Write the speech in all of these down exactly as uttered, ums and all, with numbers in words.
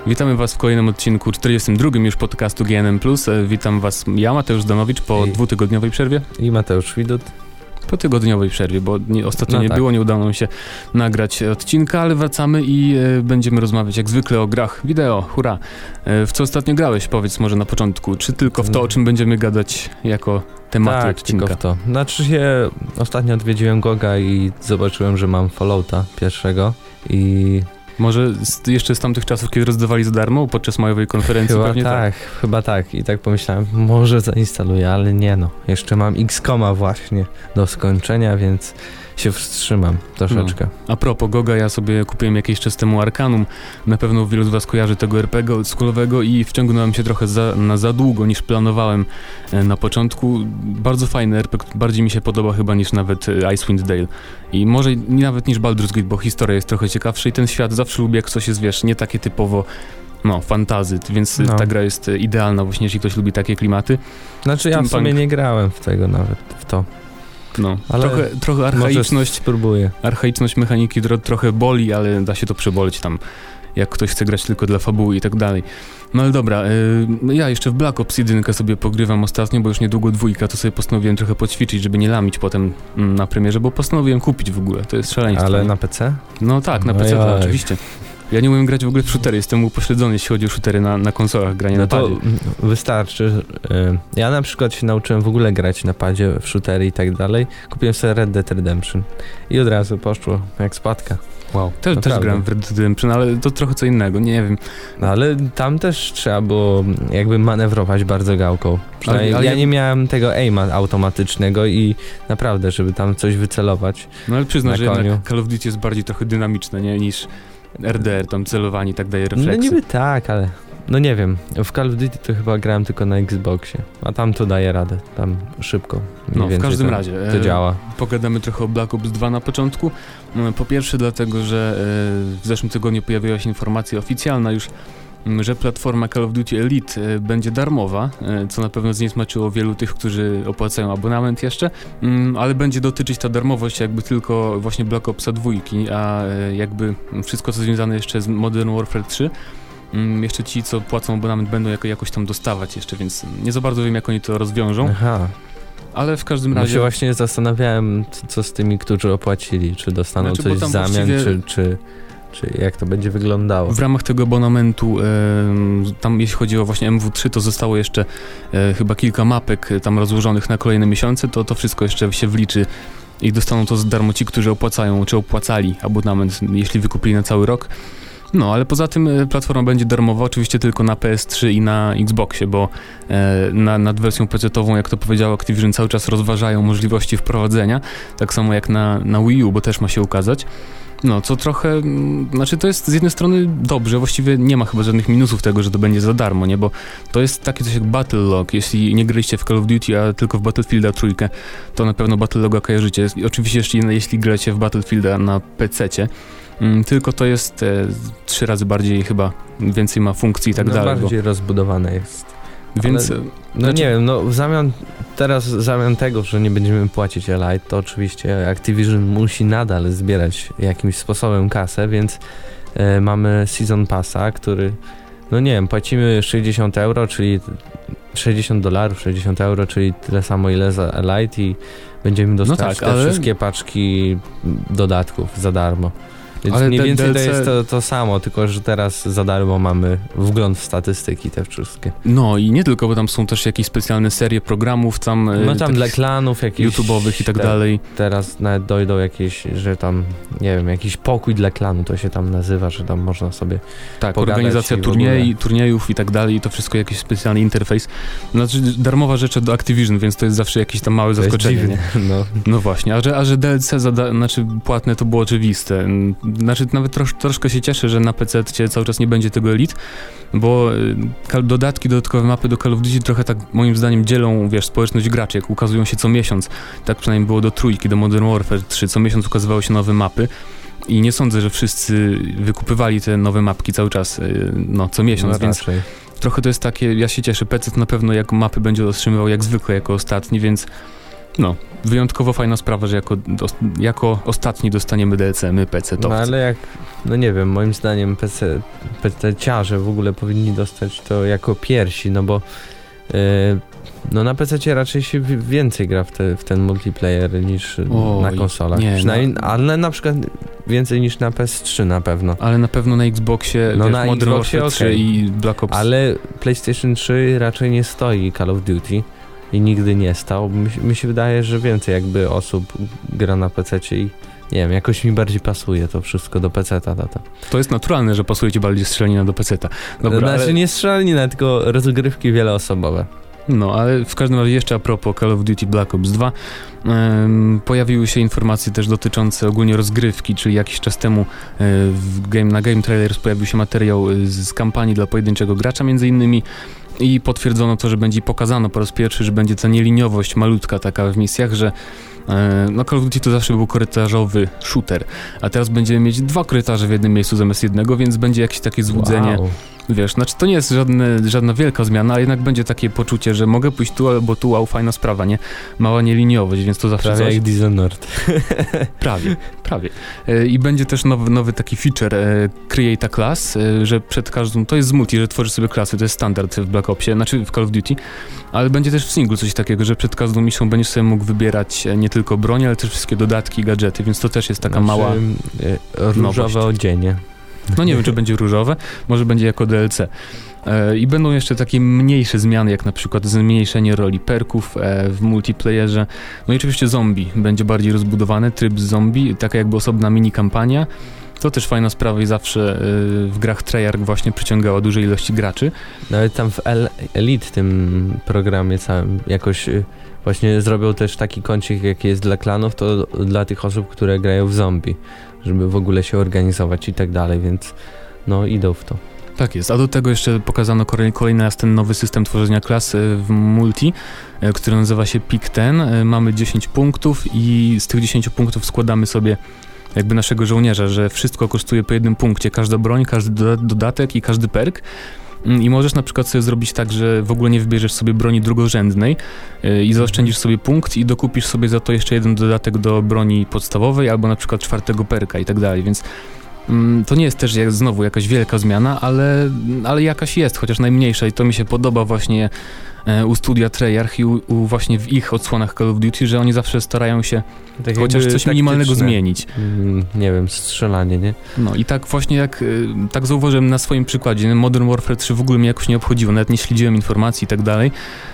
Witamy Was w kolejnym odcinku czterdziestym drugim już podcastu G N M plus. Witam Was ja, Mateusz Zdanowicz, po I... dwutygodniowej przerwie. I Mateusz Widut. Po tygodniowej przerwie, bo nie, ostatnio no nie tak. było, nie udało nam się nagrać odcinka, ale wracamy i e, będziemy rozmawiać jak zwykle o grach wideo. Hurra! E, w co ostatnio grałeś? Powiedz może na początku. Czy tylko w to, o czym będziemy gadać jako tematy tak, odcinka? Tak, tylko w to. Znaczy się, ostatnio odwiedziłem Goga i zobaczyłem, że mam Fallouta pierwszego i... Może z, jeszcze z tamtych czasów, kiedy rozdawali za darmo podczas majowej konferencji? Chyba pewnie tak, tak, chyba tak. I tak pomyślałem, może zainstaluję, ale nie no. Jeszcze mam X COMa właśnie do skończenia, więc się wstrzymam troszeczkę. No. A propos Goga, ja sobie kupiłem jakiś czas temu Arcanum. Na pewno wielu z Was kojarzy tego er pe gie oldschoolowego i wciągnąłem się trochę za, na za długo niż planowałem na początku. Bardzo fajny er pe gie, bardziej mi się podoba chyba niż nawet Icewind Dale. I może nawet niż Baldur's Gate, bo historia jest trochę ciekawsza i ten świat zawsze lubię, jak coś jest, wiesz, nie takie typowo no, fantazy, więc no. ta gra jest idealna właśnie, jeśli ktoś lubi takie klimaty. Znaczy ja w sumie nie grałem w tego nawet, w to. No, ale trochę, trochę archaiczność, spróbuję. archaiczność mechaniki tro, trochę boli, ale da się to przeboleć tam, jak ktoś chce grać tylko dla fabuły i tak dalej. No ale dobra, yy, ja jeszcze w Black Ops jeden sobie pogrywam ostatnio, bo już niedługo dwójka, to sobie postanowiłem trochę poćwiczyć, żeby nie lamić potem mm, na premierze, bo postanowiłem kupić w ogóle, to jest szaleństwo. Ale na pe ce? No tak, na pe ce to oczywiście. Ja nie umiem grać w ogóle w shootery, jestem upośledzony, jeśli chodzi o shootery na, na konsolach, granie no na padzie. To wystarczy. Ja na przykład się nauczyłem w ogóle grać na padzie, w shootery i tak dalej. Kupiłem sobie Red Dead Redemption i od razu poszło jak spadka. Wow, też, też grałem w Red Dead Redemption, ale to trochę co innego, nie wiem. No ale tam też trzeba było jakby manewrować bardzo gałką. Ale, ale ja, ja nie miałem tego aima automatycznego i naprawdę, żeby tam coś wycelować. No ale przyznam, że jednak Call of Duty jest bardziej trochę dynamiczne, nie, niż er de er, tam celowanie i tak daje refleksy. No niby tak, ale no nie wiem, w Call of Duty to chyba grałem tylko na Xboxie, a tam to daje radę, tam szybko. No w każdym to, razie to działa. E, pogadamy trochę o Black Ops dwa na początku. Po pierwsze dlatego, że e, w zeszłym tygodniu pojawiła się informacja oficjalna już, że platforma Call of Duty Elite będzie darmowa, co na pewno zniesmaczyło wielu tych, którzy opłacają abonament jeszcze, ale będzie dotyczyć ta darmowość jakby tylko właśnie Black Opsa dwa, a jakby wszystko, co związane jeszcze z Modern Warfare trzy, jeszcze ci, co płacą abonament, będą jako, jakoś tam dostawać jeszcze, więc nie za bardzo wiem, jak oni to rozwiążą. Aha. Ale w każdym razie... Bo się właśnie zastanawiałem, co z tymi, którzy opłacili, czy dostaną znaczy, coś w zamian, właściwie... czy... czy... Czy jak to będzie wyglądało? W ramach tego abonamentu, e, tam jeśli chodzi o właśnie em wu trzy, to zostało jeszcze e, chyba kilka mapek tam rozłożonych na kolejne miesiące, to to wszystko jeszcze się wliczy i dostaną to za darmo ci, którzy opłacają, czy opłacali abonament, jeśli wykupili na cały rok. No, ale poza tym platforma będzie darmowa, oczywiście tylko na pe es trzy i na Xboxie, bo e, na, nad wersją pecetową, jak to powiedział Activision, cały czas rozważają możliwości wprowadzenia, tak samo jak na, na Wii U, bo też ma się ukazać. No, co trochę, znaczy to jest z jednej strony dobrze, właściwie nie ma chyba żadnych minusów tego, że to będzie za darmo, nie, bo to jest takie coś jak Battle Log, jeśli nie graliście w Call of Duty, a tylko w Battlefielda trójkę, to na pewno Battle Loga kojarzycie, oczywiście jeszcze jeśli gracie w Battlefielda na pececie, tylko to jest e, trzy razy bardziej chyba, więcej ma funkcji i tak no, dalej. bardziej bo... rozbudowane jest. Więc, ale, no znaczy... nie wiem, no w zamian, teraz w zamian tego, że nie będziemy płacić Elite, to oczywiście Activision musi nadal zbierać jakimś sposobem kasę, więc e, mamy Season Passa, który, no nie wiem, płacimy sześćdziesiąt euro, czyli sześćdziesiąt dolarów, sześćdziesiąt euro, czyli tyle samo ile za Elite i będziemy dostać no tak, te ale... wszystkie paczki dodatków za darmo. Więc ale mniej więcej D L C... to jest to, to samo, tylko że teraz za darmo mamy wgląd w statystyki te wszystkie. No i nie tylko, bo tam są też jakieś specjalne serie programów tam... No tam dla klanów jakichś... YouTube'owych i tak te, dalej. Teraz nawet dojdą jakieś, że tam, nie wiem, jakiś pokój dla klanu to się tam nazywa, że tam można sobie tak, organizacja turniej, turniejów i tak dalej i to wszystko jakiś specjalny interfejs. Znaczy darmowa rzecz do Activision, więc to jest zawsze jakieś tam małe to zaskoczenie. Nie? No. no właśnie, a że, a że D L C zada, znaczy płatne to było oczywiste. Znaczy nawet trosz, troszkę się cieszę, że na pececie cały czas nie będzie tego Elite, bo y, dodatki, dodatkowe mapy do Call of Duty trochę tak moim zdaniem dzielą, wiesz, społeczność graczy, jak ukazują się co miesiąc. Tak przynajmniej było do trójki, do Modern Warfare trzy, co miesiąc ukazywały się nowe mapy i nie sądzę, że wszyscy wykupywali te nowe mapki cały czas, y, no co miesiąc, no, więc raczej. Trochę to jest takie, ja się cieszę, pecet na pewno jak mapy będzie otrzymywał jak zwykle jako ostatni, więc No, wyjątkowo fajna sprawa, że jako, jako ostatni dostaniemy D L C, my P C-towcy. No ale jak, no nie wiem, moim zdaniem P C, PC-ciarze w ogóle powinni dostać to jako pierwsi, no bo yy, no na P C-cie raczej się więcej gra w, te, w ten multiplayer niż Oj, na konsolach. Nie, Przynajmniej, no. Ale na przykład więcej niż na P S trzy na pewno. Ale na pewno na Xboxie, no wiesz, na Modern Warfare trzy okay. i Black Ops. Ale PlayStation trzy raczej nie stoi Call of Duty i nigdy nie stał. Mi, mi się wydaje, że więcej jakby osób gra na pececie i nie wiem, jakoś mi bardziej pasuje to wszystko do peceta. To, to. to jest naturalne, że pasuje ci bardziej strzelanina do peceta. Dobra, znaczy ale... nie strzelanina, tylko rozgrywki wieloosobowe. No, ale w każdym razie jeszcze a propos Call of Duty Black Ops dwa um, pojawiły się informacje też dotyczące ogólnie rozgrywki, czyli jakiś czas temu w game, na Game Trailers pojawił się materiał z, z kampanii dla pojedynczego gracza między innymi i potwierdzono to, że będzie pokazano po raz pierwszy, że będzie ta nieliniowość malutka taka w misjach, że no Call of Duty to zawsze był korytarzowy shooter, a teraz będziemy mieć dwa korytarze w jednym miejscu zamiast jednego, więc będzie jakieś takie złudzenie. Wow. Wiesz, znaczy to nie jest żadne, żadna wielka zmiana, ale jednak będzie takie poczucie, że mogę pójść tu albo tu, wow, fajna sprawa, nie? Mała nieliniowość, więc to zawsze prawie coś... jak Dishonored. prawie, prawie. I będzie też nowy, nowy taki feature Create a Class, że przed każdą, to jest z multi, że tworzysz sobie klasy, to jest standard w Black Opsie, znaczy w Call of Duty, ale będzie też w singlu coś takiego, że przed każdą misją będziesz sobie mógł wybierać nie tylko broń, ale też wszystkie dodatki i gadżety, więc to też jest taka znaczy, mała różowe odzienie. No nie wiem, czy będzie różowe, może będzie jako D L C. E, I będą jeszcze takie mniejsze zmiany, jak na przykład zmniejszenie roli perków e, w multiplayerze. No i oczywiście zombie będzie bardziej rozbudowane, tryb z zombie, taka jakby osobna mini kampania. To też fajna sprawa i zawsze y, w grach Treyarch właśnie przyciągała duże ilości graczy. Nawet tam w El- Elite, tym programie całym, jakoś y, właśnie zrobią też taki kącik, jaki jest dla klanów, to dla tych osób, które grają w zombie, żeby w ogóle się organizować i tak dalej, więc no idą w to. Tak jest, a do tego jeszcze pokazano kolejny raz ten nowy system tworzenia klas w multi, który nazywa się Pick dziesięć. Mamy dziesięć punktów i z tych dziesięciu punktów składamy sobie jakby naszego żołnierza, że wszystko kosztuje po jednym punkcie, każda broń, każdy dodatek i każdy perk. I możesz na przykład sobie zrobić tak, że w ogóle nie wybierzesz sobie broni drugorzędnej yy, i zaoszczędzisz sobie punkt i dokupisz sobie za to jeszcze jeden dodatek do broni podstawowej albo na przykład czwartego perka i tak dalej, więc yy, to nie jest też jak, znowu jakaś wielka zmiana, ale, ale jakaś jest, chociaż najmniejsza i to mi się podoba właśnie yy, u studia Treyarch i u, u właśnie w ich odsłonach Call of Duty, że oni zawsze starają się tak chociaż coś minimalnego zmienić. Mm, nie wiem, strzelanie, nie? No i tak właśnie jak, tak zauważyłem na swoim przykładzie, Modern Warfare trzy w ogóle mnie jakoś nie obchodziło, nawet nie śledziłem informacji i tak dalej,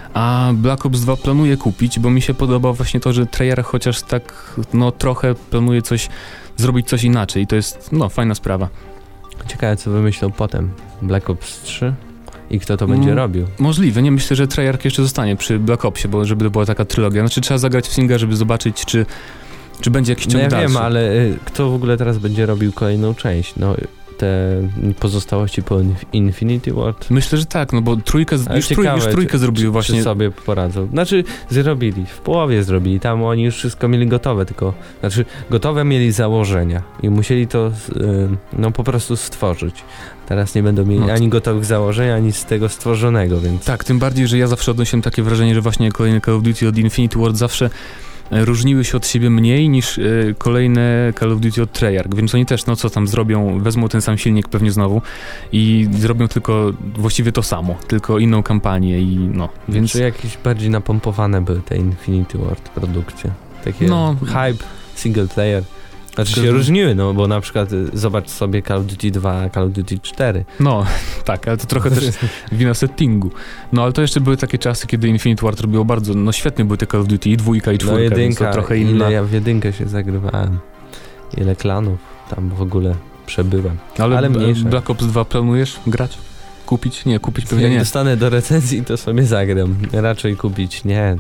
a Black Ops dwa planuję kupić, bo mi się podoba właśnie to, że Treyarch chociaż tak, no trochę planuje coś, zrobić coś inaczej i to jest, no, fajna sprawa. Ciekawe, co wymyślą potem. Black Ops trzy? I kto to będzie M- robił? Możliwe, nie myślę, że Treyarch jeszcze zostanie przy Black Opsie, bo żeby to była taka trylogia. Znaczy trzeba zagrać w singla, żeby zobaczyć, czy, czy będzie jakiś ciąg no ja dalszy. wiem, ale y, kto w ogóle teraz będzie robił kolejną część? No te pozostałości po Infinity Ward? Myślę, że tak, no bo trójkę, już, ciekawe, trój, już trójkę zrobili właśnie. Czy sobie poradzą? Znaczy zrobili, w połowie zrobili, tam oni już wszystko mieli gotowe, tylko, znaczy gotowe mieli założenia i musieli to y, no po prostu stworzyć. Teraz nie będą mieli no. ani gotowych założeń, ani z tego stworzonego, więc... Tak, tym bardziej, że ja zawsze odnosiłem takie wrażenie, że właśnie kolejne Call of Duty od Infinity Ward zawsze różniły się od siebie mniej niż y, kolejne Call of Duty od Treyarch, więc oni też, no co tam zrobią, wezmą ten sam silnik pewnie znowu i zrobią tylko właściwie to samo, tylko inną kampanię i no, więc... Czy jakieś bardziej napompowane były te Infinity Ward produkcje? Takie no, hype, single player... Znaczy się różniły, no bo na przykład zobacz sobie Call of Duty dwa, Call of Duty cztery. No, tak, ale to trochę też wina settingu. No, ale to jeszcze były takie czasy, kiedy Infinity Ward robiło bardzo, no świetnie były te Call of Duty i dwójka i czwórka, no jedynka, więc to trochę inna. Ile ja w jedynkę się zagrywałem, ile klanów tam w ogóle przebyłem. Ale, ale mniejsze. Black Ops dwa planujesz grać? Kupić? Nie, kupić pewnie Jak nie. dostanę do recenzji, to sobie zagram. Raczej kupić nie.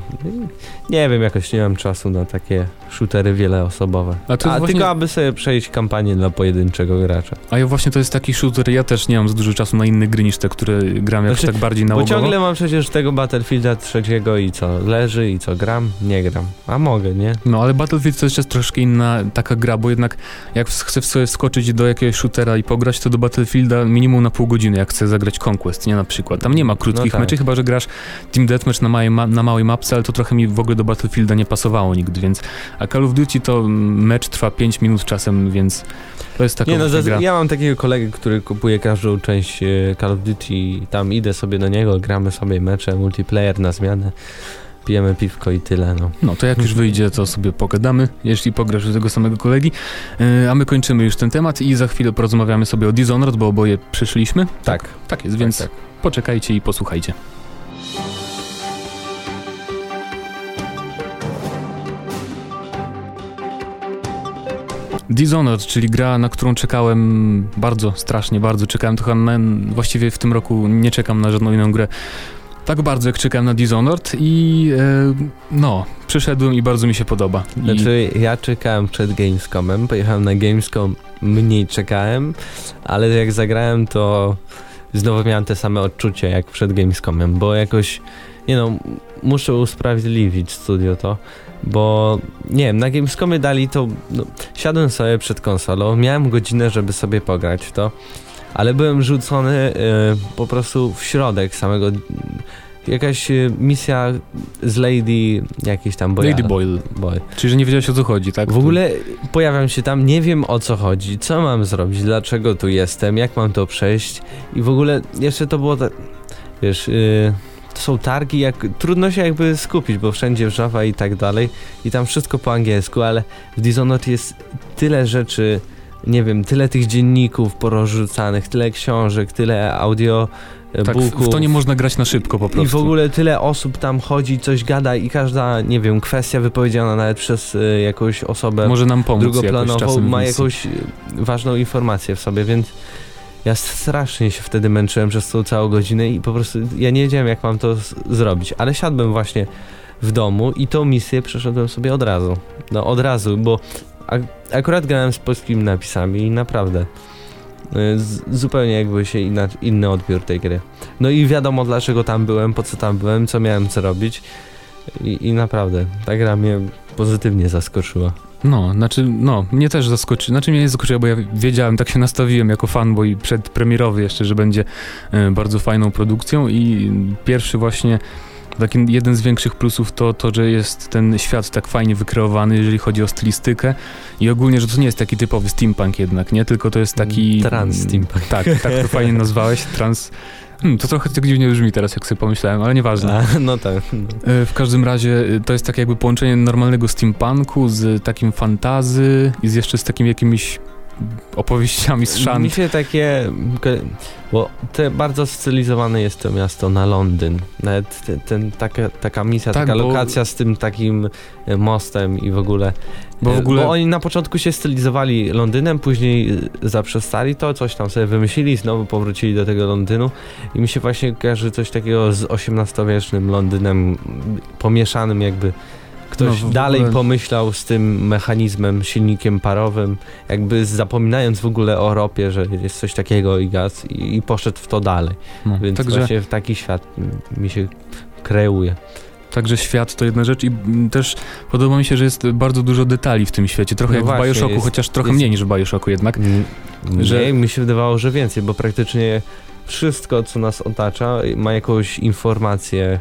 Nie wiem, jakoś nie mam czasu na takie shootery wieloosobowe. A, A właśnie... tylko aby sobie przejść kampanię dla pojedynczego gracza. A ja właśnie to jest taki shooter, ja też nie mam za dużo czasu na inne gry niż te, które gram jakoś znaczy, tak bardziej nałogowo. Bo ciągle mam przecież tego Battlefielda trzeciego i co? Leży i co? Gram? Nie gram. A mogę, nie? No ale Battlefield to jeszcze jest troszkę inna taka gra, bo jednak jak chcę sobie wskoczyć do jakiegoś shootera i pograć, to do Battlefielda minimum na pół godziny, jak chcę zagrać grać Conquest, nie na przykład. Tam nie ma krótkich no tak. meczy, chyba że grasz Team Deathmatch na małej, ma- na małej mapce, ale to trochę mi w ogóle do Battlefielda nie pasowało nigdy, więc a Call of Duty to mecz trwa pięć minut czasem, więc to jest taka nie, no, gra. Ja mam takiego kolegę, który kupuje każdą część Call of Duty i tam idę sobie do niego, gramy sobie mecze, multiplayer na zmianę. Pijemy piwko i tyle, no. No to jak już wyjdzie, to sobie pogadamy, jeśli pograsz do tego samego kolegi. Yy, a my kończymy już ten temat i za chwilę porozmawiamy sobie o Dishonored, bo oboje przyszliśmy. Tak. Tak jest, więc tak, tak. poczekajcie i posłuchajcie. Dishonored, czyli gra, na którą czekałem bardzo, strasznie bardzo. Czekałem trochę na, właściwie w tym roku nie czekam na żadną inną grę tak bardzo, jak czekałem na Dishonored i e, no, przyszedłem i bardzo mi się podoba. I... Znaczy, ja czekałem przed Gamescomem, pojechałem na Gamescom, mniej czekałem, ale jak zagrałem, to znowu miałem te same odczucia jak przed Gamescomem, bo jakoś, nie no, muszę usprawiedliwić studio to, bo nie wiem, na Gamescomie dali to, no, siadłem sobie przed konsolą, miałem godzinę, żeby sobie pograć w to, ale byłem rzucony y, po prostu w środek samego, jakaś y, misja z Lady, jakiejś tam Boyle. Lady Boyle. Boyle. Czyli, że nie wiedziałeś, o co chodzi, tak? W ogóle pojawiam się tam, nie wiem, o co chodzi, co mam zrobić, dlaczego tu jestem, jak mam to przejść i w ogóle jeszcze to było tak, wiesz, y, to są targi, jak trudno się jakby skupić, bo wszędzie Java i tak dalej i tam wszystko po angielsku, ale w Dishonored jest tyle rzeczy, nie wiem, tyle tych dzienników porozrzucanych, tyle książek, tyle audio tak, booków. w to nie można grać na szybko po prostu. I w ogóle tyle osób tam chodzi, coś gada i każda, nie wiem, kwestia wypowiedziana nawet przez y, jakąś osobę może nam pomóc drugoplanową ma jakąś ważną informację w sobie, więc ja strasznie się wtedy męczyłem przez tą całą godzinę i po prostu ja nie wiedziałem, jak mam to z- zrobić, ale siadłem właśnie w domu i tą misję przeszedłem sobie od razu. No od razu, bo a- akurat grałem z polskimi napisami i naprawdę y, z- zupełnie jakby się inna- inny odbiór tej gry. No i wiadomo, dlaczego tam byłem, po co tam byłem, co miałem zrobić i, i naprawdę ta gra mnie pozytywnie zaskoczyła. No, znaczy, no, mnie też zaskoczy, znaczy mnie nie zaskoczyło, bo ja wiedziałem, tak się nastawiłem jako fanboy przedpremierowy jeszcze, że będzie y, bardzo fajną produkcją i pierwszy właśnie taki jeden z większych plusów to, to, że jest ten świat tak fajnie wykreowany, jeżeli chodzi o stylistykę i ogólnie, że to nie jest taki typowy steampunk jednak, nie? Tylko to jest taki... Trans steampunk. Tak, tak to fajnie nazwałeś, trans... Hmm, to trochę tak dziwnie brzmi teraz, jak sobie pomyślałem, ale nieważne. A, no tak. No. W każdym razie to jest tak jakby połączenie normalnego steampunku z takim fantazy i z jeszcze z takimi jakimiś opowieściami z szant. Mi się takie, bo te bardzo stylizowane jest to miasto na Londyn. Nawet ten, ten, taka, taka misja, tak, taka bo... lokacja z tym takim mostem i w ogóle. Bo, w ogóle... bo oni na początku się stylizowali Londynem, później zaprzestali to, coś tam sobie wymyślili, znowu powrócili do tego Londynu i mi się właśnie kojarzy coś takiego z osiemnastowiecznym Londynem pomieszanym jakby. Ktoś no, dalej ogóle... pomyślał z tym mechanizmem, silnikiem parowym, jakby zapominając w ogóle o ropie, że jest coś takiego i gaz i, i poszedł w to dalej. No, więc także... właśnie w taki świat mi się kreuje. Także świat to jedna rzecz i też podoba mi się, że jest bardzo dużo detali w tym świecie. Trochę no jak właśnie, w Bioshocku, jest, chociaż trochę jest... mniej niż w Bioshocku jednak. Nie, że... mi się wydawało, że więcej, bo praktycznie wszystko, co nas otacza, ma jakąś informację.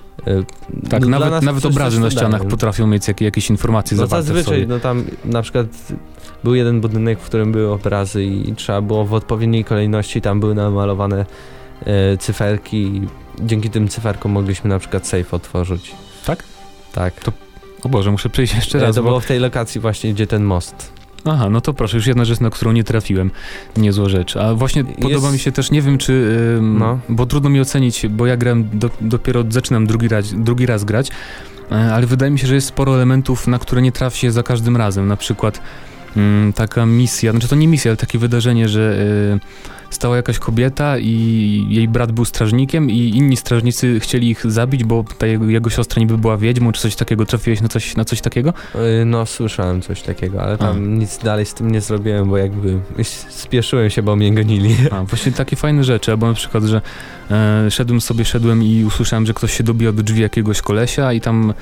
Tak, no nawet, nawet obrazy na ścianach daje. Potrafią mieć jakieś, jakieś informacje no zawarte zazwyczaj, w sobie. No tam na przykład był jeden budynek, w którym były obrazy i, i trzeba było w odpowiedniej kolejności, tam były namalowane e, cyferki i dzięki tym cyferkom mogliśmy na przykład safe otworzyć. Tak? Tak. To, o Boże, muszę przejść jeszcze raz. E, to bo... było w tej lokacji właśnie, gdzie ten most. Aha, no to proszę, już jedna rzecz, na którą nie trafiłem. Niezła rzecz. A właśnie jest... podoba mi się też, nie wiem czy, ym, no. bo trudno mi ocenić, bo ja grałem, do, dopiero zaczynam drugi raz, drugi raz grać, ale wydaje mi się, że jest sporo elementów, na które nie trafi się za każdym razem. Na przykład ym, taka misja, znaczy to nie misja, ale takie wydarzenie, że y, stała jakaś kobieta i jej brat był strażnikiem i inni strażnicy chcieli ich zabić, bo ta jego, jego siostra niby była wiedźmą, czy coś takiego. Trafiłeś na coś, na coś takiego? No, słyszałem coś takiego, ale tam A. nic dalej z tym nie zrobiłem, bo jakby spieszyłem się, bo mnie gonili. A, właśnie takie fajne rzeczy, albo na przykład, że e, szedłem sobie, szedłem i usłyszałem, że ktoś się dobija do drzwi jakiegoś kolesia i tam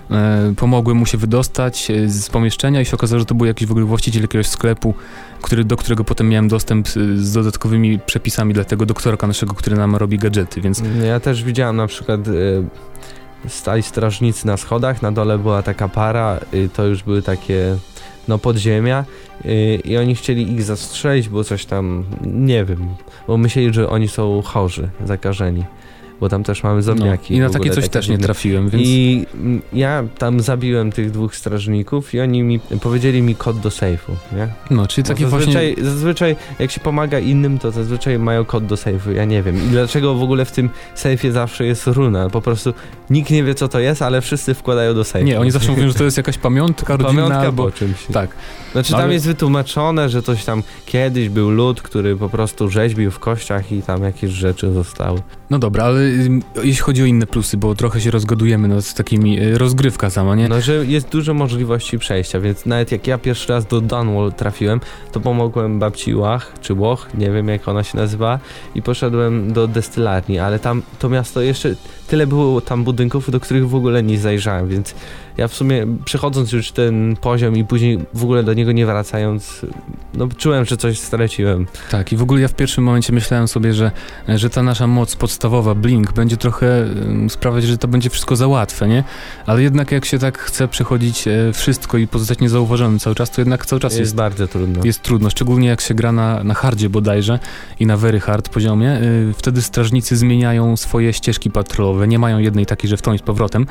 e, pomogły mu się wydostać e, z pomieszczenia i się okazało, że to był jakiś w ogóle właściciel jakiegoś sklepu, który, do którego potem miałem dostęp z, z dodatkowymi przepisami dla tego doktorka naszego, który nam robi gadżety, więc... Ja też widziałem na przykład... Y- Stali strażnicy na schodach, na dole była taka para, y, to już były takie no podziemia y, i oni chcieli ich zastrzelić, bo coś tam, nie wiem, bo myśleli, że oni są chorzy, zakażeni, bo tam też mamy zombiaki. No, i na takie coś też nie trafiłem, więc... I m, ja tam zabiłem tych dwóch strażników i oni mi powiedzieli mi kod do sejfu, nie? No, czyli taki zazwyczaj, właśnie... Zazwyczaj jak się pomaga innym, to zazwyczaj mają kod do sejfu, ja nie wiem. I dlaczego w ogóle w tym sejfie zawsze jest runa? Po prostu nikt nie wie, co to jest, ale wszyscy wkładają do sejfu. Nie, oni zawsze mówią, że to jest jakaś pamiątka rodzinna Pamiątka albo... po czymś. Tak. Znaczy ale... tam jest wytłumaczone, że coś tam kiedyś był lud, który po prostu rzeźbił w kościach i tam jakieś rzeczy zostały. No dobra, ale y, jeśli chodzi o inne plusy, bo trochę się rozgadujemy nad takimi, y, rozgrywka sama, nie? No, że jest dużo możliwości przejścia, więc nawet jak ja pierwszy raz do Dunwall trafiłem, to pomogłem babci Łach, czy Łoch, nie wiem jak ona się nazywa, i poszedłem do destylarni, ale tam to miasto jeszcze, tyle było tam budynków, do których w ogóle nie zajrzałem, więc ja w sumie przechodząc już ten poziom i później w ogóle do niego nie wracając, no czułem, że coś straciłem. Tak, i w ogóle ja w pierwszym momencie myślałem sobie, że, że ta nasza moc podstawowa, Blink, będzie trochę um, sprawiać, że to będzie wszystko za łatwe, nie? Ale jednak jak się tak chce przechodzić e, wszystko i pozostać niezauważonym cały czas, to jednak cały czas jest, jest, bardzo trudno. Jest trudno, szczególnie jak się gra na, na hardzie bodajże i na very hard poziomie. E, wtedy strażnicy zmieniają swoje ścieżki patrolowe, nie mają jednej takiej, że w tą i z powrotem.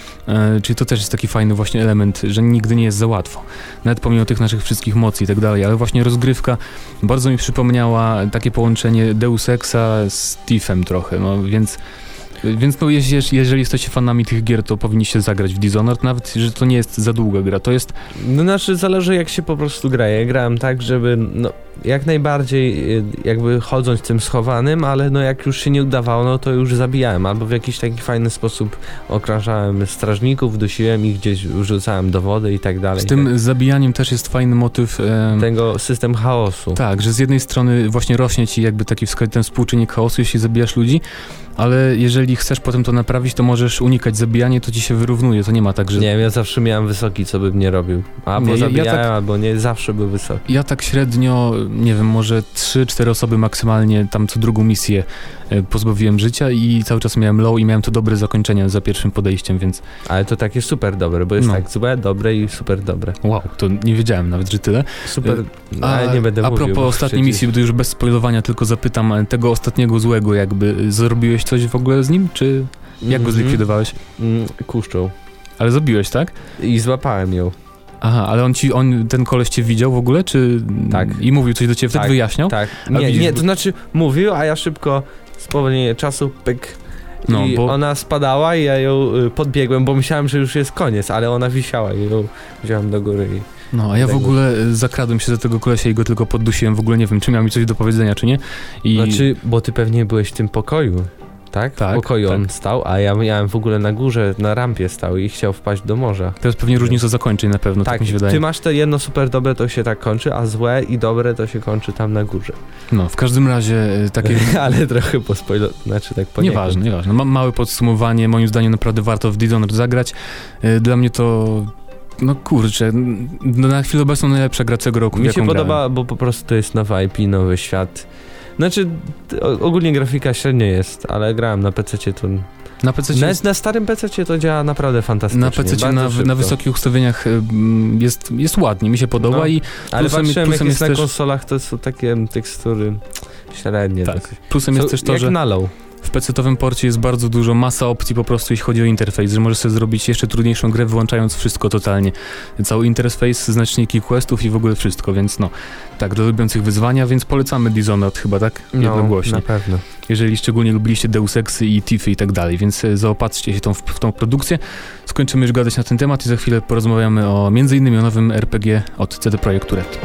E, czyli to też jest taki fajny właśnie element, że nigdy nie jest za łatwo. Nawet pomimo tych naszych wszystkich mocy i tak dalej, ale właśnie rozgrywka bardzo mi przypomniała takie połączenie Deus Exa z Thiefem trochę, no więc... Więc no, jeżeli, jeżeli jesteście fanami tych gier, to powinniście zagrać w Dishonored, nawet że to nie jest za długa gra, to jest... No znaczy zależy jak się po prostu gra. Ja grałem tak, żeby no jak najbardziej jakby chodząc tym schowanym, ale no jak już się nie udawało, no to już zabijałem, albo w jakiś taki fajny sposób okraszałem strażników, dusiłem ich gdzieś, wrzucałem do wody i tak dalej. Z tym tak. zabijaniem też jest fajny motyw... E... Tego system chaosu. Tak, że z jednej strony właśnie rośnie ci jakby taki ten współczynnik chaosu, jeśli zabijasz ludzi, ale jeżeli chcesz potem to naprawić, to możesz unikać zabijania, to ci się wyrównuje, to nie ma tak, że... Nie wiem, ja zawsze miałem wysoki, co bym nie robił. Albo nie, zabijałem, ja tak, albo nie, zawsze był wysoki. Ja tak średnio, nie wiem, może trzy cztery osoby maksymalnie tam co drugą misję e, pozbawiłem życia i cały czas miałem low i miałem to dobre zakończenie za pierwszym podejściem, więc... Ale to takie super dobre, bo jest no. tak złe, dobre i super dobre. Wow, to nie wiedziałem nawet, że tyle. Super, a, ale nie będę a mówił. A propos ostatniej przecież... misji, to już bez spoilowania tylko zapytam, tego ostatniego złego jakby, zrobiłeś coś w ogóle z nim, czy jak go zlikwidowałeś? Mm, kuszczą. Ale zabiłeś, tak? I złapałem ją. Aha, ale on ci, on, ten koleś cię widział w ogóle, czy... Tak. I mówił coś do ciebie, wtedy tak, wyjaśniał? Tak, nie, nie, to znaczy mówił, a ja szybko spowolnienie czasu, pyk, no, i bo... ona spadała i ja ją podbiegłem, bo myślałem, że już jest koniec, ale ona wisiała i ją wziąłem do góry i... No, a ja w ogóle zakradłem się do tego kolesia i go tylko poddusiłem, w ogóle nie wiem, czy miał mi coś do powiedzenia, czy nie. I... Znaczy, bo ty pewnie byłeś w tym pokoju, tak? Tak, w pokoju tak. on stał, a ja miałem w ogóle na górze, na rampie stał i chciał wpaść do morza. To jest pewnie różnica zakończeń na pewno, tak, tak mi się wydaje. Ty masz to jedno super dobre, to się tak kończy, a złe i dobre to się kończy tam na górze. No, w każdym razie takie... Ale trochę po spoilu... znaczy tak poniekąd. Nieważne, nieważne. Mam małe podsumowanie, moim zdaniem naprawdę warto w Dishonored zagrać. Dla mnie to... No kurczę, no na chwilę obecną najlepsza gra tego roku, mi się jaką podoba, grałem. Bo po prostu to jest nowa I P, nowy świat. Znaczy, ogólnie grafika średnia jest, ale grałem na pececie to... Na, pececie na, jest... na starym pececie to działa naprawdę fantastycznie. Na pececie na, na wysokich ustawieniach jest, jest ładnie, mi się podoba no, i... Ale plusem, patrzyłem, plusem jak jest, jest na też... konsolach, to są takie tekstury średnie. Tak, dosyć. plusem jest też to, jak że... na low. W pecetowym porcie jest bardzo dużo, masa opcji po prostu, jeśli chodzi o interfejs, że możesz sobie zrobić jeszcze trudniejszą grę, wyłączając wszystko totalnie. Cały interfejs, znaczniki questów i w ogóle wszystko, więc no, tak, dla lubiących wyzwania, więc polecamy Dishonored chyba, tak? Jednogłośnie. No, na pewno. Jeżeli szczególnie lubiliście Deus Exy i Thiefy i tak dalej, więc zaopatrzcie się tą, w, w tą produkcję. Skończymy już gadać na ten temat i za chwilę porozmawiamy o między innymi o nowym R P G od C D Projektu Red.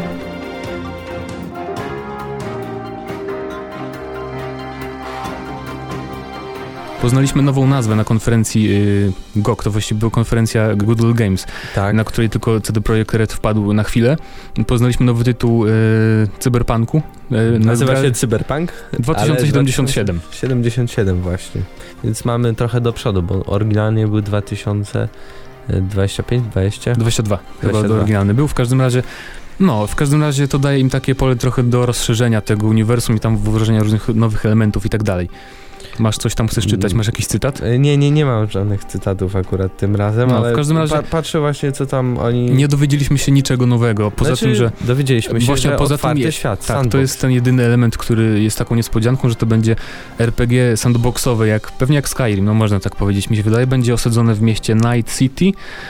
Poznaliśmy nową nazwę na konferencji yy, G O G, to właściwie była konferencja Good Games, tak. na której tylko C D Projekt Red wpadł na chwilę. Poznaliśmy nowy tytuł yy, Cyberpunku. Yy, Nazywa się Cyberpunk? dwa tysiące siedemdziesiąt siedem. siedemdziesiąt siedem właśnie, więc mamy trochę do przodu, bo oryginalnie był dwa tysiące dwadzieścia pięć, dwadzieścia? dwadzieścia dwa, chyba dwadzieścia dwa. oryginalny był. W każdym razie No, w każdym razie to daje im takie pole trochę do rozszerzenia tego uniwersum i tam włożenia różnych nowych elementów i tak dalej. Masz coś tam, chcesz czytać? Masz jakiś cytat? Nie, nie, nie mam żadnych cytatów akurat tym razem, no, ale w każdym razie pa- patrzę właśnie, co tam oni... Nie dowiedzieliśmy się niczego nowego, poza znaczy, tym, że... dowiedzieliśmy się, właśnie że poza otwarty tym jest, świat, tak, sandbox. to jest ten jedyny element, który jest taką niespodzianką, że to będzie R P G sandboxowe, jak, pewnie jak Skyrim, no można tak powiedzieć, mi się wydaje, będzie osadzone w mieście Night City.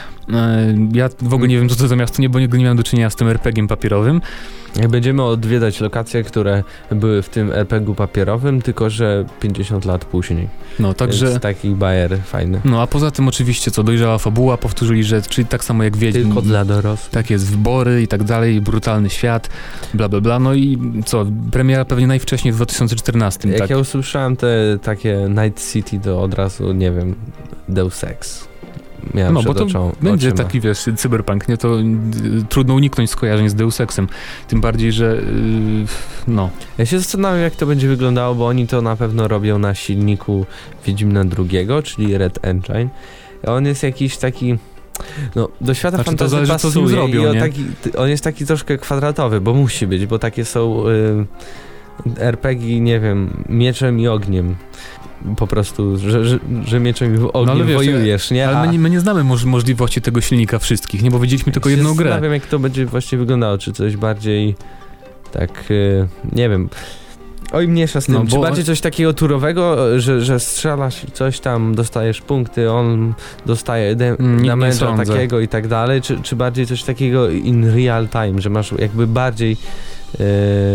Ja w ogóle nie wiem, co to za miasto, nie, bo nigdy nie miałem do czynienia z tym er pe gie papierowym. Jak będziemy odwiedzać lokacje, które były w tym er pe gie papierowym, tylko że pięćdziesiąt lat później. No, także... Jest taki bajer fajny. No, a poza tym oczywiście, co, dojrzała fabuła, powtórzyli, że, czyli tak samo jak Wiedźmin. Tylko dla dorosłych. Tak jest, wybory i tak dalej, brutalny świat, bla, bla, bla. No i co, premiera pewnie najwcześniej w dwa tysiące czternastym, Jak tak? ja usłyszałem te takie Night City, to od razu, nie wiem, Deus Ex. Miałem No, bo to oczą, będzie oczyma. taki, wiesz, cyberpunk, nie? To y, trudno uniknąć skojarzeń z Deus Exem. Tym bardziej, że y, no. Ja się zastanawiam, jak to będzie wyglądało, bo oni to na pewno robią na silniku Wiedźmina drugiego, czyli Red Engine. On jest jakiś taki... No, do świata Znaczy, fantazji to zależy, co z nim pasuje zrobią, i on, nie? taki, on jest taki troszkę kwadratowy, bo musi być, bo takie są y, er pe gie, nie wiem, mieczem i ogniem. Po prostu, że, że, że mieczem i ogniem No, ale wiesz, wojujesz, nie? Ale A my nie, my nie znamy moż, możliwości tego silnika wszystkich, nie? Bo widzieliśmy tylko się jedną grę. Zastanawiam, jak to będzie właśnie wyglądało, czy coś bardziej tak, y, nie wiem... Oj, mniejsza z tym. No, Czy bo- bardziej coś takiego turowego, że, że strzelasz coś tam, dostajesz punkty, on dostaje de- Mm, nie- nie damage'a sądzę. takiego i tak dalej, czy, czy bardziej coś takiego in real time, że masz jakby bardziej yy,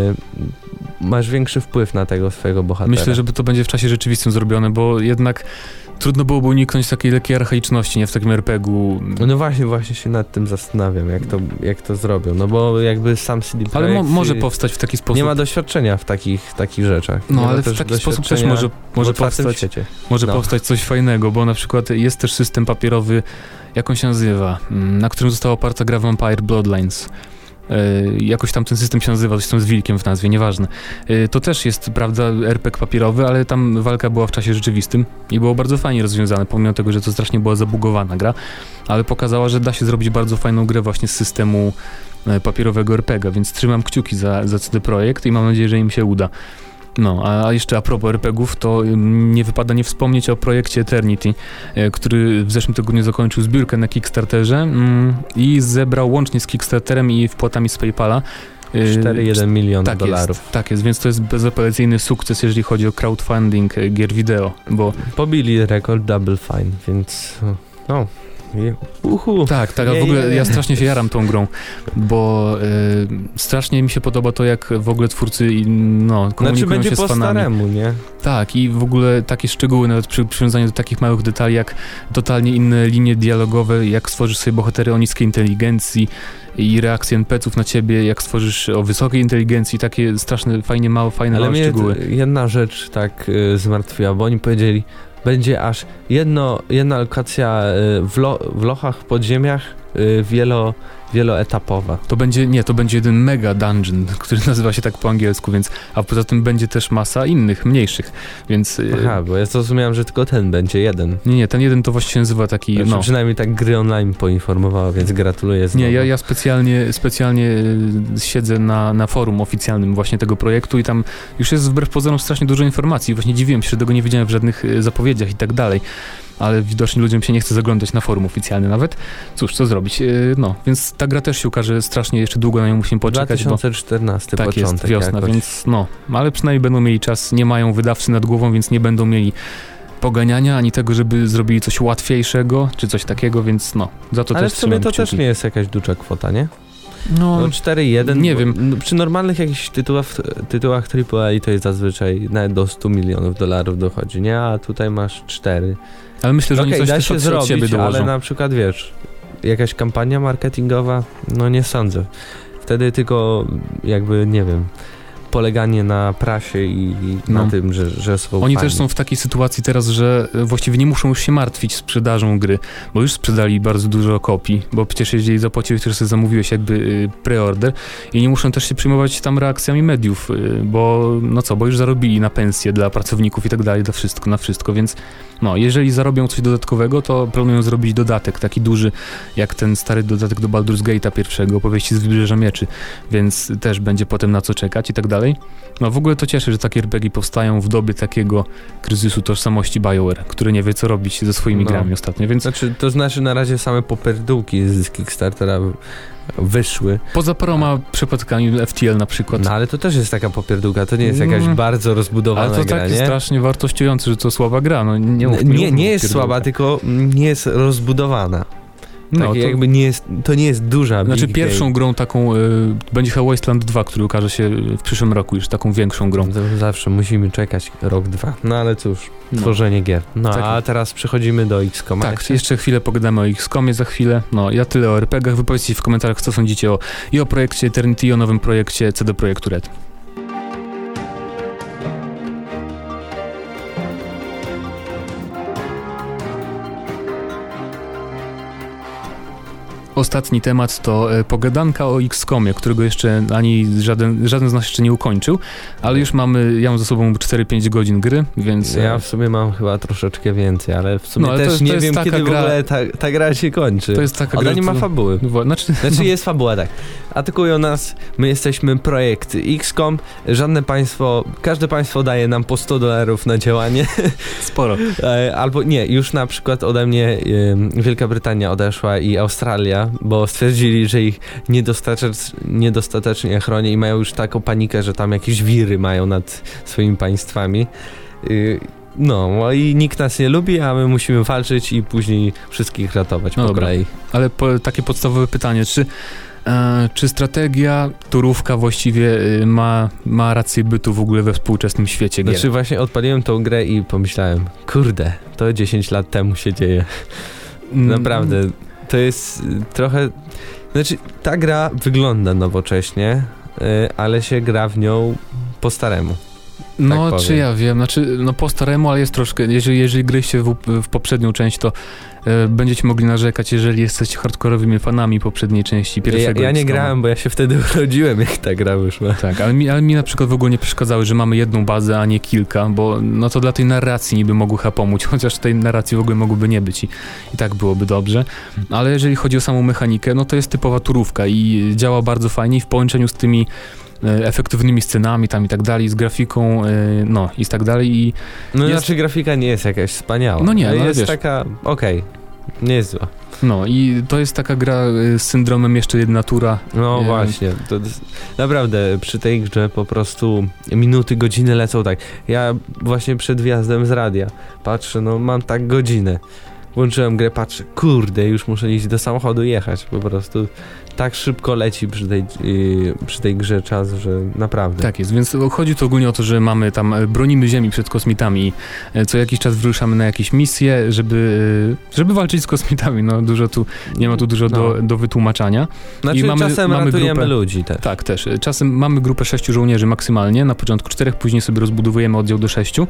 masz większy wpływ na tego swojego bohatera. Myślę, że to będzie w czasie rzeczywistym zrobione, bo jednak trudno byłoby uniknąć takiej lekkiej archaiczności, nie? W takim er pe gie u. No właśnie, właśnie się nad tym zastanawiam, jak to, jak to zrobią, no bo jakby sam C D Projekt Ale mo- może powstać w taki sposób. nie ma doświadczenia w takich, takich rzeczach. No, nie ale ma w też taki sposób też doświadczenia może, w może otwartym powstać. świecie. Może No. powstać coś fajnego, bo na przykład jest też system papierowy, jak on się nazywa, mm, na którym została oparta gra Vampire Bloodlines. Yy, jakoś tam ten system się nazywa, coś tam z wilkiem w nazwie, nieważne. Yy, to też jest, prawda, er pe gie papierowy, ale tam walka była w czasie rzeczywistym i było bardzo fajnie rozwiązane, pomimo tego, że to strasznie była zabugowana gra, ale pokazała, że da się zrobić bardzo fajną grę właśnie z systemu yy, papierowego er pe gie, więc trzymam kciuki za, za C D Projekt i mam nadzieję, że im się uda. No, a jeszcze a propos er pe gie ów, to ym, nie wypada nie wspomnieć o projekcie Eternity, y, który w zeszłym tygodniu zakończył zbiórkę na Kickstarterze ym, i zebrał łącznie z Kickstarterem i wpłatami z PayPala y, cztery przecinek jeden miliona tak dolarów. Jest, tak jest, więc to jest bezapelacyjny sukces, jeżeli chodzi o crowdfunding y, gier wideo, bo... Pobili rekord Double Fine, więc no, uhu. Tak, tak, a Nie, w ogóle nie, nie. ja strasznie się jaram tą grą, bo y, strasznie mi się podoba to, jak w ogóle twórcy i, no, komunikują Znaczy będzie się z po fanami. staremu, nie? Tak, i w ogóle takie szczegóły, nawet przy przywiązaniu do takich małych detali, jak totalnie inne linie dialogowe, jak stworzysz sobie bohatery o niskiej inteligencji i reakcje en pe ce ów na ciebie, jak stworzysz o wysokiej inteligencji, takie straszne, fajnie małe, fajne Ale małe mnie szczegóły. t- jedna rzecz tak y, zmartwiła, bo oni powiedzieli, będzie aż jedno, jedna lokacja y, w, lo, w lochach, w podziemiach, y, wielo, wieloetapowa. To będzie, nie, to będzie jeden mega dungeon, który nazywa się tak po angielsku, więc, a poza tym będzie też masa innych, mniejszych, więc... y, Aha, bo ja zrozumiałem, że tylko ten będzie jeden. Nie, nie, ten jeden to właśnie się nazywa taki, Znaczy, no... przynajmniej tak gry online poinformowała, więc gratuluję znowu. Nie, ja, ja specjalnie, specjalnie y, siedzę na, na forum oficjalnym właśnie tego projektu i tam już jest wbrew pozorom strasznie dużo informacji. Właśnie dziwiłem się, że tego nie widziałem w żadnych y, zapowiedziach i tak dalej. Ale widocznie ludziom się nie chce zaglądać na forum oficjalne nawet. Cóż, co zrobić? Yy, no, więc ta gra też się ukaże strasznie, jeszcze długo na nią musimy dwa poczekać, tysiące czternasty bo tak początek jest, wiosna, jakoś. więc no, ale przynajmniej będą mieli czas, nie mają wydawcy nad głową, więc nie będą mieli poganiania, ani tego, żeby zrobili coś łatwiejszego, czy coś takiego, więc no, za to Ale też w sumie to trzymam też kciuki. nie jest jakaś duża kwota, nie? No, No cztery jeden. nie bo, wiem. No, przy normalnych jakichś tytułach, tytułach triple A to jest zazwyczaj nawet do stu milionów dolarów dochodzi, nie? A tutaj masz cztery. ale myślę, że Okej, oni coś da też się od, zrobić, od siebie dołożą. ale na przykład wiesz, jakaś kampania marketingowa, no nie sądzę. Wtedy tylko jakby, nie wiem, poleganie na prasie i, i no. na tym, że, że są Oni fajni. też są w takiej sytuacji teraz, że właściwie nie muszą już się martwić sprzedażą gry, bo już sprzedali bardzo dużo kopii, bo przecież jeżeli zapłaciłeś, to sobie zamówiłeś jakby y, preorder i nie muszą też się przyjmować tam reakcjami mediów, y, bo no co, bo już zarobili na pensje dla pracowników i tak dalej, dla wszystko, na wszystko, więc no, jeżeli zarobią coś dodatkowego, to planują zrobić dodatek, taki duży, jak ten stary dodatek do Baldur's Gate'a pierwszego, opowieści z Wybrzeża Mieczy, więc też będzie potem na co czekać i tak dalej. No w ogóle to cieszy, że takie er pe gie powstają w dobie takiego kryzysu tożsamości BioWare, który nie wie co robić ze swoimi no. grami ostatnio, więc... Znaczy, to znaczy na razie same popierdółki z Kickstartera wyszły. Poza paroma przypadkami F T L na przykład. No ale to też jest taka popierdółka, to nie jest jakaś mm. bardzo rozbudowana gra, ale to gra, tak nie? strasznie wartościujące, że to słaba gra, no nie mów, Nie, nie, nie, nie jest pierdółka. słaba, tylko nie jest rozbudowana. No, tak, to, jakby nie jest, to nie jest duża Znaczy big pierwszą game. grą taką y, będzie chyba Wasteland dwa, który ukaże się w przyszłym roku już taką większą grą. To zawsze musimy czekać rok, dwa. No ale cóż, no. tworzenie gier. No tak. a teraz przechodzimy do X COM. Tak, jeszcze? jeszcze chwilę pogadamy o X COMie za chwilę. No ja tyle o er pe gach. Wypowiedzcie w komentarzach, co sądzicie o, i o projekcie Eternity, i o nowym projekcie C D Projektu Red. Ostatni temat to e, pogadanka o X COMie, którego jeszcze ani żaden, żaden z nas jeszcze nie ukończył, ale już mamy, ja mam za sobą cztery pięć godzin gry, więc... Ja w sumie mam chyba troszeczkę więcej, ale w sumie no, ale też to jest, nie to wiem, kiedy gra... w ogóle ta, ta gra się kończy. To jest taka Ona gra... nie ma fabuły. Znaczy, znaczy jest fabuła, tak. Atakują nas, my jesteśmy projekt X COM, żadne państwo, każde państwo daje nam po sto dolarów na działanie. Sporo. Albo nie, już na przykład ode mnie Wielka Brytania odeszła i Australia, bo stwierdzili, że ich niedostatecz, niedostatecznie chroni i mają już taką panikę, że tam jakieś wiry mają nad swoimi państwami. No i nikt nas nie lubi, a my musimy walczyć i później wszystkich ratować no po dobra. kolei. Ale po, takie podstawowe pytanie, czy, e, czy strategia, turówka właściwie e, ma, ma rację bytu w ogóle we współczesnym świecie gier? Znaczy właśnie odpaliłem tą grę i pomyślałem, kurde, to dziesięć lat temu się dzieje. Naprawdę. To jest trochę... Znaczy, ta gra wygląda nowocześnie, yy, ale się gra w nią po staremu. No, tak czy ja wiem, znaczy, no po staremu, ale jest troszkę, jeżeli, jeżeli gryście w, w poprzednią część, to e, będziecie mogli narzekać, jeżeli jesteście hardkorowymi fanami poprzedniej części, pierwszego. Ja, ja nie X COMa. grałem, bo ja się wtedy urodziłem, jak ta gra wyszła. Tak, ale mi, ale mi na przykład w ogóle nie przeszkadzały, że mamy jedną bazę, a nie kilka, bo no to dla tej narracji niby mogło chyba pomóc, chociaż tej narracji w ogóle mogłoby nie być i, i tak byłoby dobrze, ale jeżeli chodzi o samą mechanikę, no to jest typowa turówka i działa bardzo fajnie i w połączeniu z tymi efektywnymi scenami tam i tak dalej, z grafiką, no i tak dalej. I no jest... znaczy grafika nie jest jakaś wspaniała. No nie, ale no, jest wiesz. taka, okej, okay, nie jest zła. No i to jest taka gra z syndromem jeszcze jedna tura. No e... właśnie, to jest, naprawdę przy tej grze po prostu minuty, godziny lecą tak. Ja właśnie przed wjazdem z radia patrzę, no mam tak godzinę. Włączyłem grę, patrzę, kurde, już muszę iść do samochodu i jechać, po prostu tak szybko leci przy tej, yy, przy tej grze czas, że naprawdę. Tak jest, więc chodzi tu ogólnie o to, że mamy tam, bronimy Ziemi przed kosmitami, co jakiś czas wyruszamy na jakieś misje, żeby, żeby walczyć z kosmitami, no dużo tu, nie ma tu dużo no. do, do wytłumaczenia. Znaczy I mamy, czasem mamy ratujemy grupę, ludzi też. Tak, też. Czasem mamy grupę sześciu żołnierzy maksymalnie, na początku czterech, później sobie rozbudowujemy oddział do sześciu.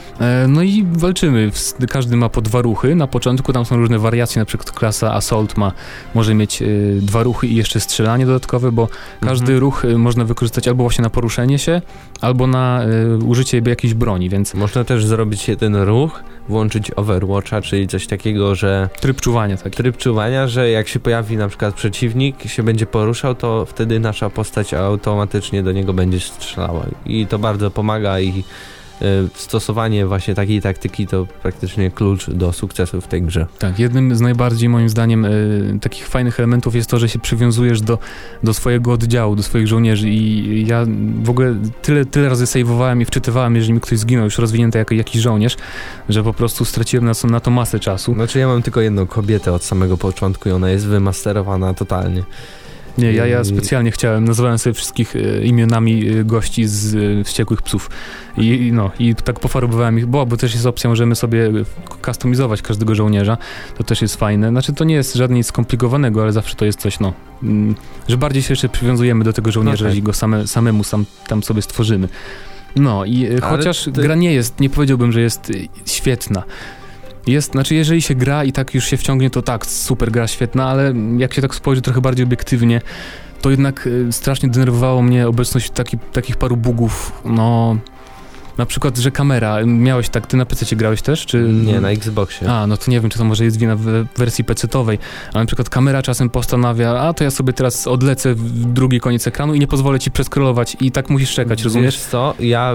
No i walczymy, każdy ma po dwa ruchy, na początku tam są różne wariacje, na przykład klasa Assault ma, może mieć y, dwa ruchy i jeszcze strzelanie dodatkowe, bo każdy mhm. ruch y, można wykorzystać albo właśnie na poruszenie się, albo na y, użycie jakiejś broni, więc... Można też zrobić jeden ruch, włączyć Overwatcha, czyli coś takiego, że... Tryb czuwania taki. Tryb czuwania, że jak się pojawi na przykład przeciwnik, się będzie poruszał, to wtedy nasza postać automatycznie do niego będzie strzelała i to bardzo pomaga i stosowanie właśnie takiej taktyki to praktycznie klucz do sukcesu w tej grze. Tak, jednym z najbardziej moim zdaniem y, takich fajnych elementów jest to, że się przywiązujesz do, do swojego oddziału, do swoich żołnierzy i ja w ogóle tyle, tyle razy sejwowałem i wczytywałem, jeżeli mi ktoś zginął, już rozwinięty jako jakiś żołnierz, że po prostu straciłem na, na to masę czasu. Znaczy ja mam tylko jedną kobietę od samego początku i ona jest wymasterowana totalnie. Nie, ja, ja specjalnie chciałem, nazwałem sobie wszystkich e, imionami e, gości z e, Wściekłych Psów. I, I no, i tak pofarbowałem ich, bo, bo też jest opcja, możemy sobie kustomizować każdego żołnierza, to też jest fajne. Znaczy to nie jest żadne nic skomplikowanego, ale zawsze to jest coś, no, mm, że bardziej się jeszcze przywiązujemy do tego żołnierza, jeśli go same, samemu sam, tam sobie stworzymy. No i e, chociaż ty... gra nie jest, nie powiedziałbym, że jest e, świetna. Jest, znaczy jeżeli się gra i tak już się wciągnie, to tak, super gra, świetna, ale jak się tak spojrzy trochę bardziej obiektywnie, to jednak y, strasznie denerwowało mnie obecność taki, takich paru bugów, no... Na przykład, że kamera, miałeś tak, ty na pececie grałeś też, czy... Nie, na Xboxie. A, no to nie wiem, czy to może jest wina w wersji pecetowej, ale na przykład kamera czasem postanawia, a to ja sobie teraz odlecę w drugi koniec ekranu i nie pozwolę ci przeskrolować i tak musisz czekać, rozumiesz? Wiesz co, ja...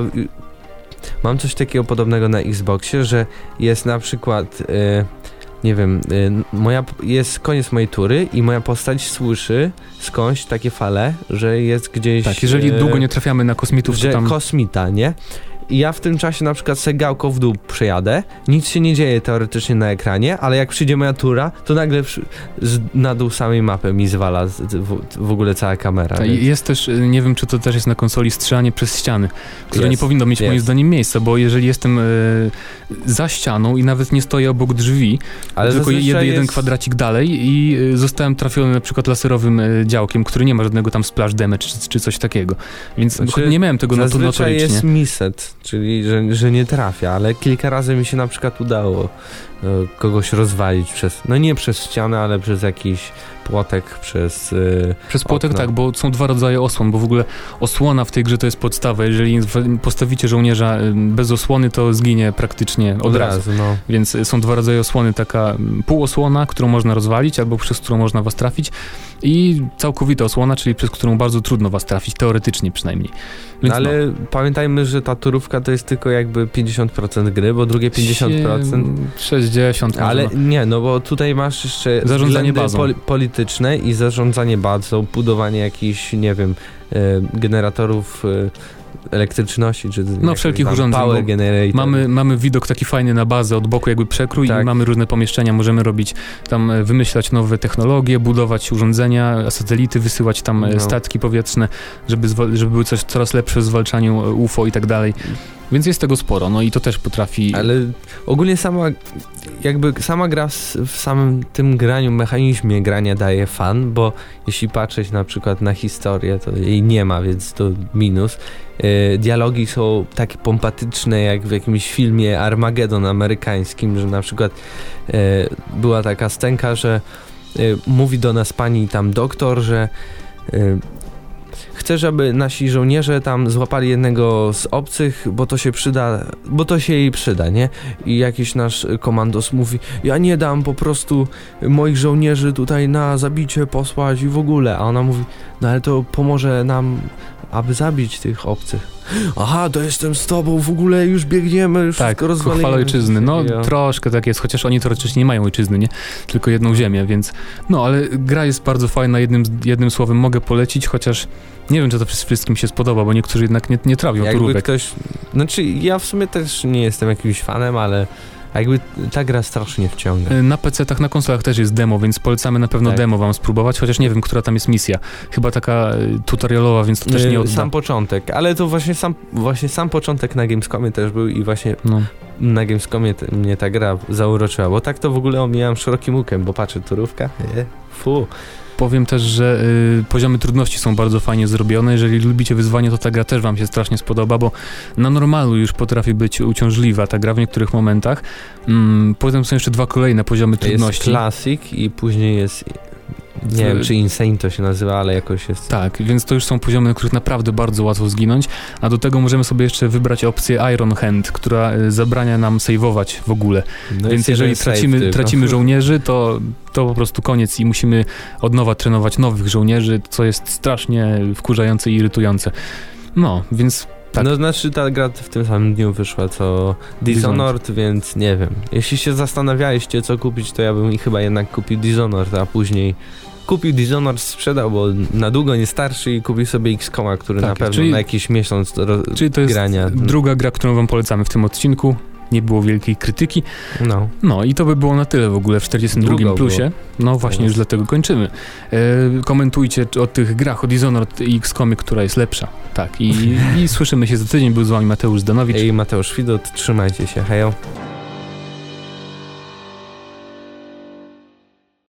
Mam coś takiego podobnego na Xboxie, że jest na przykład, yy, nie wiem, yy, moja, jest koniec mojej tury i moja postać słyszy skądś takie fale, że jest gdzieś... Tak, jeżeli yy, długo nie trafiamy na kosmitów, że to tam... kosmita, nie? I ja w tym czasie na przykład se gałką w dół przejadę, nic się nie dzieje teoretycznie na ekranie, ale jak przyjdzie moja tura, to nagle przy, z, na dół samej mapy mi zwala z, w, w ogóle cała kamera. Tak, jest też, nie wiem czy to też jest na konsoli, strzelanie przez ściany, które jest, nie powinno mieć jest. moim zdaniem miejsca, bo jeżeli jestem e, za ścianą i nawet nie stoję obok drzwi, ale tylko jed, jeden jest... kwadracik dalej i e, zostałem trafiony na przykład laserowym e, działkiem, który nie ma żadnego tam splash damage czy, czy coś takiego, więc znaczy, nie miałem tego notorycznie. Zazwyczaj jest miset. Czyli, że, że nie trafia, ale kilka razy mi się na przykład udało e, kogoś rozwalić przez, no nie przez ścianę, ale przez jakiś płotek, przez e, Przez płotek okno. Tak, bo są dwa rodzaje osłon, bo w ogóle osłona w tej grze to jest podstawa. Jeżeli postawicie żołnierza bez osłony, to zginie praktycznie od, od razu. razu no. Więc są dwa rodzaje osłony, taka półosłona, którą można rozwalić, albo przez którą można was trafić, i całkowita osłona, czyli przez którą bardzo trudno was trafić, teoretycznie przynajmniej. Więc ale no. pamiętajmy, że ta turówka to jest tylko jakby pięćdziesiąt procent gry, bo drugie pięćdziesiąt procent... sześćdziesiąt procent. Ale może. Nie, no bo tutaj masz jeszcze zarządzanie bazą poli- polityczne i zarządzanie bazą, budowanie jakichś, nie wiem, e, generatorów e, elektryczności, czy no wszelkich urządzeń. Power generator. Mamy, mamy widok taki fajny na bazę, od boku jakby przekrój, tak. I mamy różne pomieszczenia, możemy robić tam, wymyślać nowe technologie, budować urządzenia, satelity, wysyłać tam no. statki powietrzne, żeby, zwal- żeby były coś coraz lepsze w zwalczaniu U F O i tak dalej. Więc jest tego sporo, no i to też potrafi... Ale ogólnie sama, jakby sama gra w, w samym tym graniu, mechanizmie grania daje fan, bo jeśli patrzeć na przykład na historię, to jej nie ma, więc to minus. Yy, dialogi są takie pompatyczne, jak w jakimś filmie Armageddon amerykańskim, że na przykład yy, była taka scenka, że yy, mówi do nas pani tam doktor, że yy, chcę, żeby nasi żołnierze tam złapali jednego z obcych, bo to się przyda, bo to się jej przyda, nie? I jakiś nasz komandos mówi, ja nie dam po prostu moich żołnierzy tutaj na zabicie posłać i w ogóle, a ona mówi, no ale to pomoże nam, aby zabić tych obcych. Aha, to jestem z tobą, w ogóle już biegniemy, już tak, wszystko rozwalimy. Tak, chwała ojczyzny, no ja. troszkę tak jest, chociaż oni teoretycznie nie mają ojczyzny, nie? Tylko jedną ziemię, więc no, ale gra jest bardzo fajna, jednym, jednym słowem mogę polecić, chociaż nie wiem, czy to wszystkim się spodoba, bo niektórzy jednak nie, nie trawią jakby turówek. Ktoś, znaczy ja w sumie też nie jestem jakimś fanem, ale jakby ta gra strasznie wciąga. Na pecetach, na konsolach też jest demo, więc polecamy na pewno tak. demo wam spróbować, chociaż nie wiem, która tam jest misja. Chyba taka tutorialowa, więc to też nie odda. Sam początek, ale to właśnie sam, właśnie sam początek na Gamescomie też był i właśnie no. na Gamescomie te, mnie ta gra zauroczyła, bo tak to w ogóle omijałem szerokim łukiem, bo patrzę, turówka, je, fu. Powiem też, że y, poziomy trudności są bardzo fajnie zrobione. Jeżeli lubicie wyzwania, to ta gra też wam się strasznie spodoba, bo na normalu już potrafi być uciążliwa ta gra w niektórych momentach. Mm, potem są jeszcze dwa kolejne poziomy trudności. Jest Classic i później jest... Nie wiem, czy Insane to się nazywa, ale jakoś jest... Tak, więc to już są poziomy, na których naprawdę bardzo łatwo zginąć, a do tego możemy sobie jeszcze wybrać opcję Iron Hand, która zabrania nam save'ować w ogóle. No więc jeżeli tracimy, save, tracimy no. żołnierzy, to, to po prostu koniec i musimy od nowa trenować nowych żołnierzy, co jest strasznie wkurzające i irytujące. No, więc... Tak. No znaczy ta gra w tym samym dniu wyszła co Dishonored, Dishonored, więc nie wiem. Jeśli się zastanawialiście co kupić, to ja bym chyba jednak kupił Dishonored, a później kupił Dishonored, sprzedał, bo na długo nie starszy i kupił sobie X COM, który tak, na pewno czyli, na jakiś miesiąc ro- czyli to jest grania. druga gra, którą wam polecamy w tym odcinku. nie było wielkiej krytyki. No. No i to by było na tyle w ogóle w czterdziestym drugim plusie. Było. No właśnie, już dlatego kończymy. E, komentujcie o tych grach, o Dishonored i X COMie, która jest lepsza. Tak, i, i słyszymy się za tydzień. Był z wami Mateusz Zdanowicz i Mateusz Widut. Trzymajcie się, hejo.